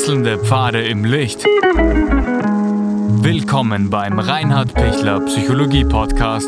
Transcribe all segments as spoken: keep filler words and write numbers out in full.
Wechselnde Pfade im Licht. Willkommen beim Reinhard Pichler Psychologie Podcast.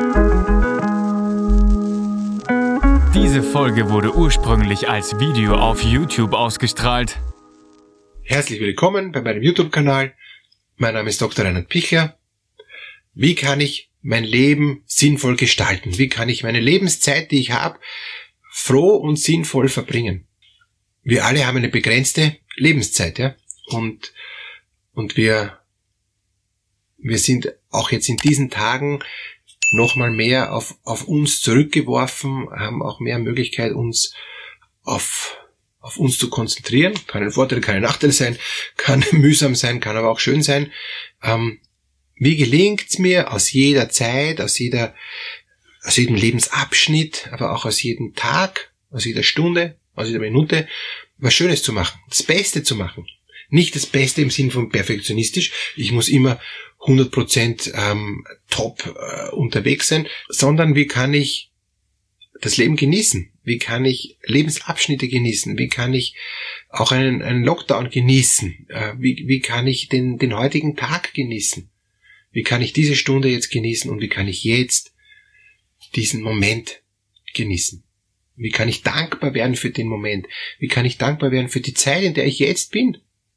Diese Folge wurde ursprünglich als Video auf YouTube ausgestrahlt. Herzlich willkommen bei meinem YouTube-Kanal. Mein Name ist Doktor Reinhard Pichler. Wie kann ich mein Leben sinnvoll gestalten? Wie kann ich meine Lebenszeit, die ich habe, froh und sinnvoll verbringen? Wir alle haben eine begrenzte Lebenszeit, ja, und und wir wir sind auch jetzt in diesen Tagen nochmal mehr auf auf uns zurückgeworfen, haben auch mehr Möglichkeit, uns auf auf uns zu konzentrieren. Kann ein Vorteil, kann ein Nachteil sein, kann mühsam sein, kann aber auch schön sein. Ähm, wie gelingt's mir, aus jeder Zeit, aus jeder aus jedem Lebensabschnitt, aber auch aus jedem Tag, aus jeder Stunde, aus jeder Minute, was Schönes zu machen, das Beste zu machen. Nicht das Beste im Sinn von perfektionistisch, ich muss immer hundert Prozent ähm, top äh, unterwegs sein, sondern wie kann ich das Leben genießen? Wie kann ich Lebensabschnitte genießen? Wie kann ich auch einen, einen Lockdown genießen? Äh, wie, wie kann ich den, den heutigen Tag genießen? Wie kann ich diese Stunde jetzt genießen und wie kann ich jetzt diesen Moment genießen? Wie kann ich dankbar werden für den Moment? Wie kann ich dankbar werden für die Zeit, in der ich jetzt bin?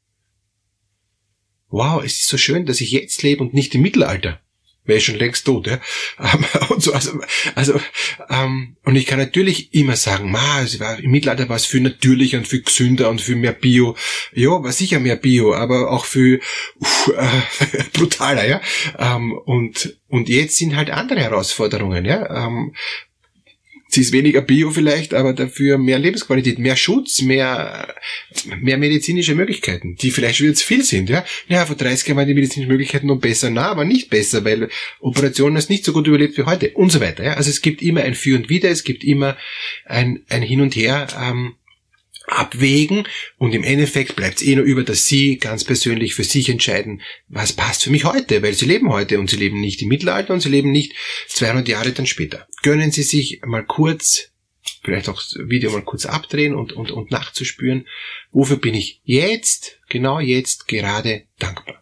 Wow, es ist so schön, dass ich jetzt lebe und nicht im Mittelalter. Wäre ich schon längst tot, ja. Und so, also, also, ähm, und ich kann natürlich immer sagen, ma, es war, im Mittelalter war es viel natürlicher und viel gesünder und viel mehr Bio. Ja, war sicher mehr Bio, aber auch viel uff, äh, brutaler, ja. Ähm, und und jetzt sind halt andere Herausforderungen, ja. Ähm, Sie ist weniger Bio vielleicht, aber dafür mehr Lebensqualität, mehr Schutz, mehr mehr medizinische Möglichkeiten, die vielleicht schon jetzt viel sind, ja. Ja, vor dreißig Jahren waren die medizinischen Möglichkeiten noch besser, na, aber nicht besser, weil Operationen ist nicht so gut überlebt wie heute und so weiter, ja. Also es gibt immer ein Für und Wider, es gibt immer ein ein Hin und Her, ähm, abwägen und im Endeffekt bleibt es eh nur über, dass Sie ganz persönlich für sich entscheiden, was passt für mich heute, weil Sie leben heute und Sie leben nicht im Mittelalter und Sie leben nicht zweihundert Jahre dann später. Gönnen Sie sich mal kurz, vielleicht auch das Video mal kurz abdrehen und, und, und nachzuspüren, wofür bin ich jetzt, genau jetzt gerade dankbar.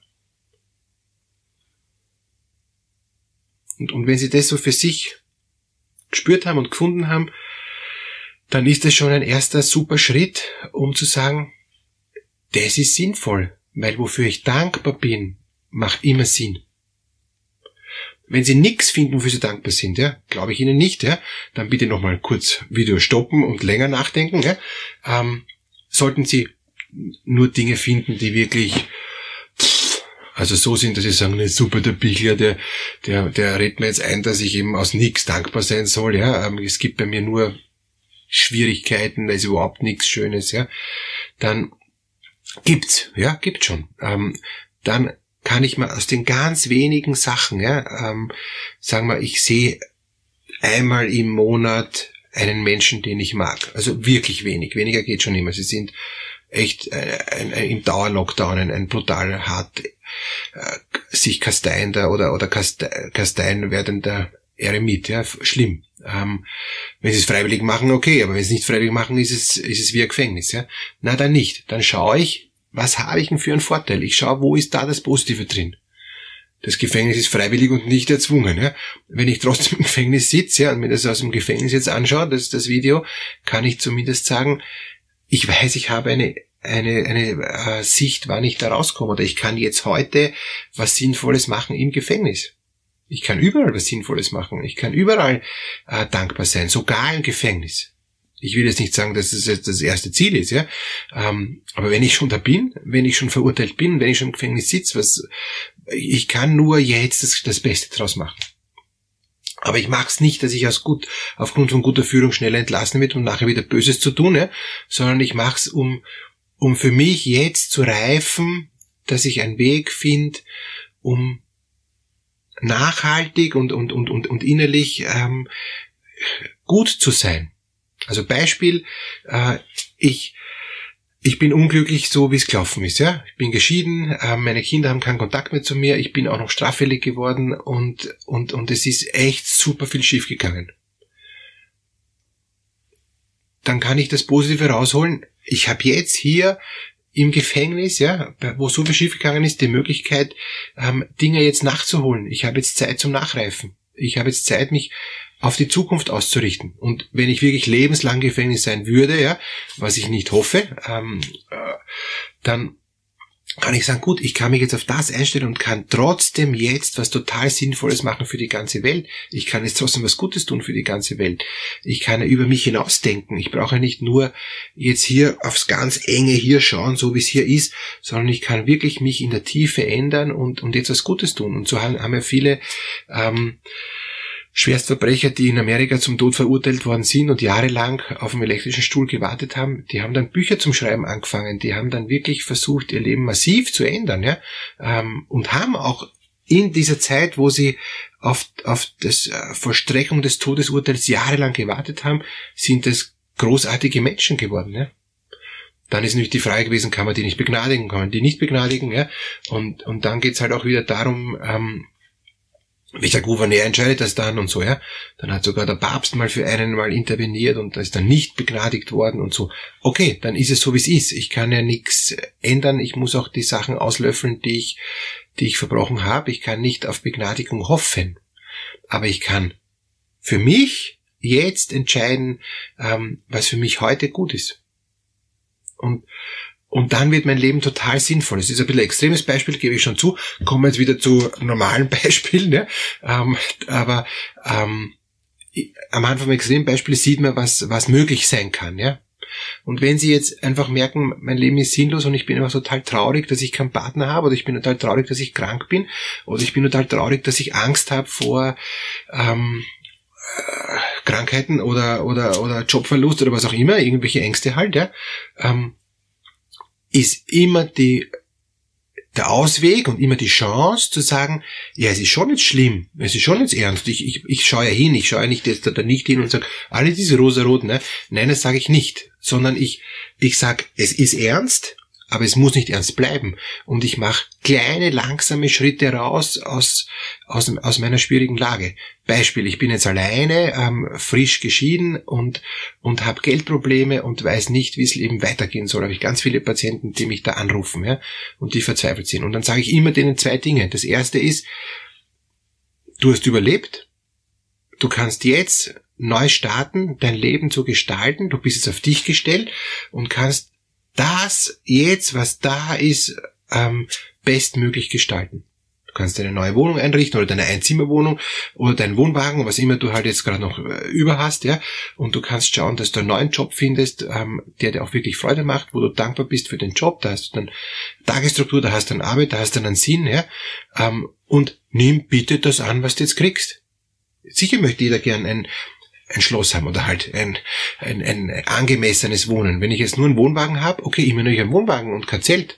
Und, und wenn Sie das so für sich gespürt haben und gefunden haben, dann ist das schon ein erster super Schritt, um zu sagen, das ist sinnvoll, weil wofür ich dankbar bin, macht immer Sinn. Wenn Sie nichts finden, wofür Sie dankbar sind, ja, glaube ich Ihnen nicht, ja, dann bitte nochmal kurz Video stoppen und länger nachdenken, ja. Ähm, sollten Sie nur Dinge finden, die wirklich, pff, also so sind, dass Sie sagen, ne, super, der Pichler, der, der, der redet mir jetzt ein, dass ich eben aus nichts dankbar sein soll, ja. Ähm, es gibt bei mir nur Schwierigkeiten, da ist überhaupt nichts Schönes, ja, dann gibt's, ja, gibt's schon. Ähm, dann kann ich mal aus den ganz wenigen Sachen, ja, ähm, sagen wir, ich sehe einmal im Monat einen Menschen, den ich mag. Also wirklich wenig, weniger geht schon immer. Sie sind echt äh, ein, ein, im Dauerlockdown ein, ein brutal hart äh, sich kasteiender oder oder kaste, kastein werdender Eremit, ja, schlimm. Ähm, wenn sie es freiwillig machen, okay, aber wenn sie es nicht freiwillig machen, ist es ist es wie ein Gefängnis, ja. Na, dann nicht. Dann schaue ich, was habe ich denn für einen Vorteil? Ich schaue, wo ist da das Positive drin? Das Gefängnis ist freiwillig und nicht erzwungen, ja. Wenn ich trotzdem im Gefängnis sitze, ja, und mir das aus dem Gefängnis jetzt anschaue, das das Video, kann ich zumindest sagen, ich weiß, ich habe eine eine eine äh, Sicht, wann ich da rauskomme, oder ich kann jetzt heute was Sinnvolles machen im Gefängnis. Ich kann überall was Sinnvolles machen. Ich kann überall äh, dankbar sein, sogar im Gefängnis. Ich will jetzt nicht sagen, dass das jetzt das erste Ziel ist, ja. Ähm, aber wenn ich schon da bin, wenn ich schon verurteilt bin, wenn ich schon im Gefängnis sitze, was, ich kann nur jetzt das, das Beste draus machen. Aber ich mache es nicht, dass ich aus gut, aufgrund von guter Führung schneller entlassen werde, um nachher wieder Böses zu tun, ja, sondern ich mache es, um, um für mich jetzt zu reifen, dass ich einen Weg finde, um nachhaltig und und und und und innerlich ähm, gut zu sein. Also Beispiel, äh, ich ich bin unglücklich, so wie es gelaufen ist, ja. Ich bin geschieden, äh, meine Kinder haben keinen Kontakt mehr zu mir, ich bin auch noch straffällig geworden und und und es ist echt super viel schief gegangen. Dann kann ich das Positive rausholen. Ich habe jetzt hier im Gefängnis, ja, wo so viel schiefgegangen ist, die Möglichkeit, ähm, Dinge jetzt nachzuholen. Ich habe jetzt Zeit zum Nachreifen. Ich habe jetzt Zeit, mich auf die Zukunft auszurichten. Und wenn ich wirklich lebenslang Gefängnis sein würde, ja, was ich nicht hoffe, ähm, äh, dann kann ich sagen, gut, ich kann mich jetzt auf das einstellen und kann trotzdem jetzt was total Sinnvolles machen für die ganze Welt. Ich kann jetzt trotzdem was Gutes tun für die ganze Welt. Ich kann ja über mich hinausdenken. Ich brauche ja nicht nur jetzt hier aufs ganz Enge hier schauen, so wie es hier ist, sondern ich kann wirklich mich in der Tiefe ändern und, und jetzt was Gutes tun. Und so haben, haben ja viele ähm, Schwerstverbrecher, die in Amerika zum Tod verurteilt worden sind und jahrelang auf dem elektrischen Stuhl gewartet haben, die haben dann Bücher zum Schreiben angefangen, die haben dann wirklich versucht, ihr Leben massiv zu ändern, ja, ähm, und haben auch in dieser Zeit, wo sie auf, auf das äh, Vollstreckung des Todesurteils jahrelang gewartet haben, sind es großartige Menschen geworden, ja. Dann ist natürlich die Frage gewesen, kann man die nicht begnadigen, kann man die nicht begnadigen, ja, und, und dann geht's halt auch wieder darum, ähm, welcher Gouverneur entscheidet das dann und so, ja. Dann hat sogar der Papst mal für einen Mal interveniert und da ist dann nicht begnadigt worden und so. Okay, dann ist es so, wie es ist. Ich kann ja nichts ändern. Ich muss auch die Sachen auslöffeln, die ich, die ich verbrochen habe. Ich kann nicht auf Begnadigung hoffen. Aber ich kann für mich jetzt entscheiden, ähm, was für mich heute gut ist. Und Und dann wird mein Leben total sinnvoll. Das ist ein bisschen ein extremes Beispiel, gebe ich schon zu. Kommen wir jetzt wieder zu normalen Beispielen. Ja? Ähm, aber ähm, am Anfang vom extremen Beispiel sieht man, was was möglich sein kann. Ja. Und wenn Sie jetzt einfach merken, mein Leben ist sinnlos und ich bin einfach total traurig, dass ich keinen Partner habe, oder ich bin total traurig, dass ich krank bin, oder ich bin total traurig, dass ich Angst habe vor ähm, äh, Krankheiten oder oder oder Jobverlust oder was auch immer, irgendwelche Ängste halt, ja. Ähm, ist immer die, der Ausweg und immer die Chance zu sagen, ja, es ist schon nicht schlimm, es ist schon nicht ernst, ich, ich, ich schaue ja hin, ich schaue ja nicht jetzt da nicht hin und sage, alle diese rosaroten, ne? Nein, das sage ich nicht, sondern ich, ich sage, es ist ernst, aber es muss nicht ernst bleiben. Und ich mache kleine, langsame Schritte raus aus, aus, aus meiner schwierigen Lage. Beispiel, ich bin jetzt alleine, ähm, frisch geschieden und, und habe Geldprobleme und weiß nicht, wie es eben weitergehen soll. Habe ich ganz viele Patienten, die mich da anrufen, ja, und die verzweifelt sind. Und dann sage ich immer denen zwei Dinge. Das erste ist, du hast überlebt, du kannst jetzt neu starten, dein Leben zu gestalten, du bist jetzt auf dich gestellt und kannst das jetzt, was da ist, ähm, bestmöglich gestalten. Du kannst deine neue Wohnung einrichten oder deine Einzimmerwohnung oder deinen Wohnwagen, was immer du halt jetzt gerade noch äh, über hast, ja. Und du kannst schauen, dass du einen neuen Job findest, ähm, der dir auch wirklich Freude macht, wo du dankbar bist für den Job. Da hast du dann Tagesstruktur, da hast du dann Arbeit, da hast du dann einen Sinn, ja. Ähm, und nimm bitte das an, was du jetzt kriegst. Sicher möchte jeder gern ein ein Schloss haben oder halt ein, ein, ein angemessenes Wohnen. Wenn ich jetzt nur einen Wohnwagen habe, okay, immer nur einen Wohnwagen und kein Zelt.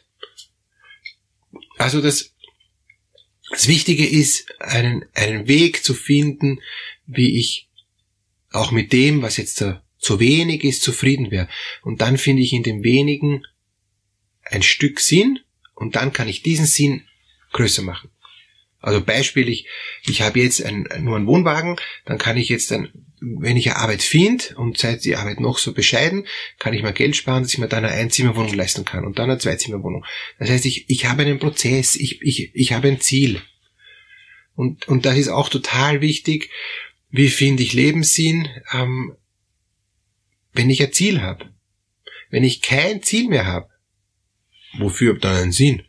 Also das, das Wichtige ist, einen, einen Weg zu finden, wie ich auch mit dem, was jetzt so, so wenig ist, zufrieden wäre. Und dann finde ich in dem Wenigen ein Stück Sinn und dann kann ich diesen Sinn größer machen. Also Beispiel, ich, ich habe jetzt ein, nur einen Wohnwagen, dann kann ich jetzt dann, wenn ich eine Arbeit finde und sei die Arbeit noch so bescheiden, kann ich mal Geld sparen, dass ich mir dann eine Einzimmerwohnung leisten kann und dann eine Zweizimmerwohnung. Das heißt, ich, ich habe einen Prozess, ich, ich, ich habe ein Ziel. Und, und das ist auch total wichtig, wie finde ich Lebenssinn, ähm, wenn ich ein Ziel habe. Wenn ich kein Ziel mehr habe, wofür dann einen Sinn?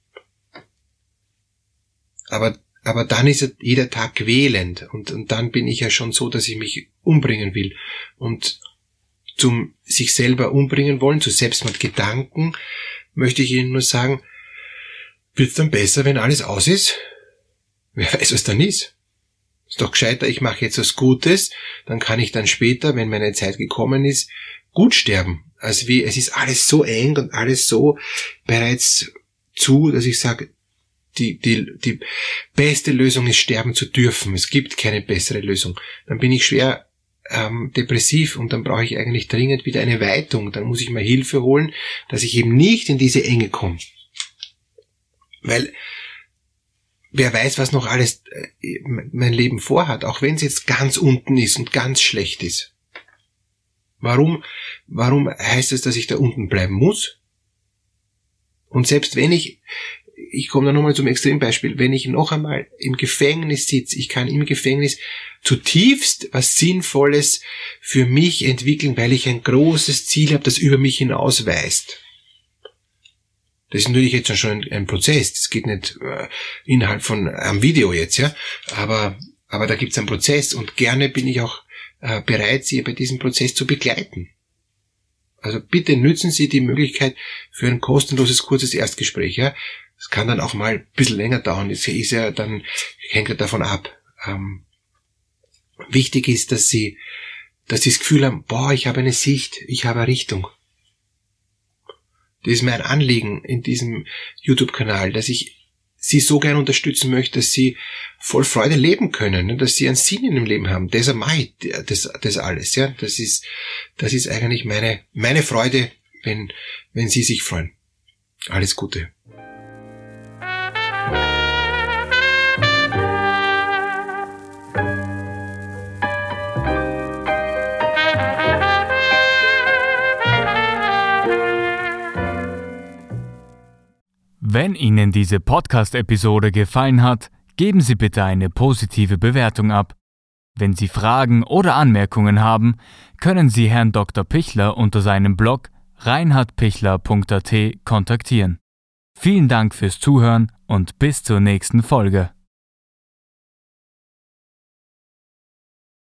Aber, aber dann ist jeder Tag quälend und, und dann bin ich ja schon so, dass ich mich umbringen will. Und zum sich selber umbringen wollen, zu Selbstmordgedanken, möchte ich Ihnen nur sagen, wird's dann besser, wenn alles aus ist? Wer weiß, was dann ist. Ist doch gescheiter, ich mache jetzt was Gutes, dann kann ich dann später, wenn meine Zeit gekommen ist, gut sterben. Also wie, es ist alles so eng und alles so bereits zu, dass ich sage, Die, die, die beste Lösung ist, sterben zu dürfen. Es gibt keine bessere Lösung. Dann bin ich schwer ähm, depressiv und dann brauche ich eigentlich dringend wieder eine Weitung. Dann muss ich mir Hilfe holen, dass ich eben nicht in diese Enge komme. Weil wer weiß, was noch alles äh, mein Leben vorhat, auch wenn es jetzt ganz unten ist und ganz schlecht ist. Warum, warum heißt es, dass ich da unten bleiben muss? Und selbst wenn ich, ich komme da nochmal zum Extrembeispiel, wenn ich noch einmal im Gefängnis sitze, ich kann im Gefängnis zutiefst was Sinnvolles für mich entwickeln, weil ich ein großes Ziel habe, das über mich hinausweist. Das ist natürlich jetzt schon ein, ein Prozess, das geht nicht äh, innerhalb von einem Video jetzt, ja, aber, aber da gibt es einen Prozess und gerne bin ich auch äh, bereit, Sie bei diesem Prozess zu begleiten. Also bitte nützen Sie die Möglichkeit für ein kostenloses, kurzes Erstgespräch, ja. Das kann dann auch mal ein bisschen länger dauern, das ist ja dann, hängt ja davon ab. Ähm, wichtig ist, dass Sie, dass Sie das Gefühl haben, boah, ich habe eine Sicht, ich habe eine Richtung. Das ist mein Anliegen in diesem YouTube-Kanal, dass ich Sie so gern unterstützen möchte, dass Sie voll Freude leben können, dass Sie einen Sinn in dem Leben haben. Deshalb mache ich das, das alles, ja. Das ist, das ist eigentlich meine, meine Freude, wenn, wenn Sie sich freuen. Alles Gute. Wenn Ihnen diese Podcast-Episode gefallen hat, geben Sie bitte eine positive Bewertung ab. Wenn Sie Fragen oder Anmerkungen haben, können Sie Herrn Doktor Pichler unter seinem Blog reinhard pichler punkt a t kontaktieren. Vielen Dank fürs Zuhören und bis zur nächsten Folge.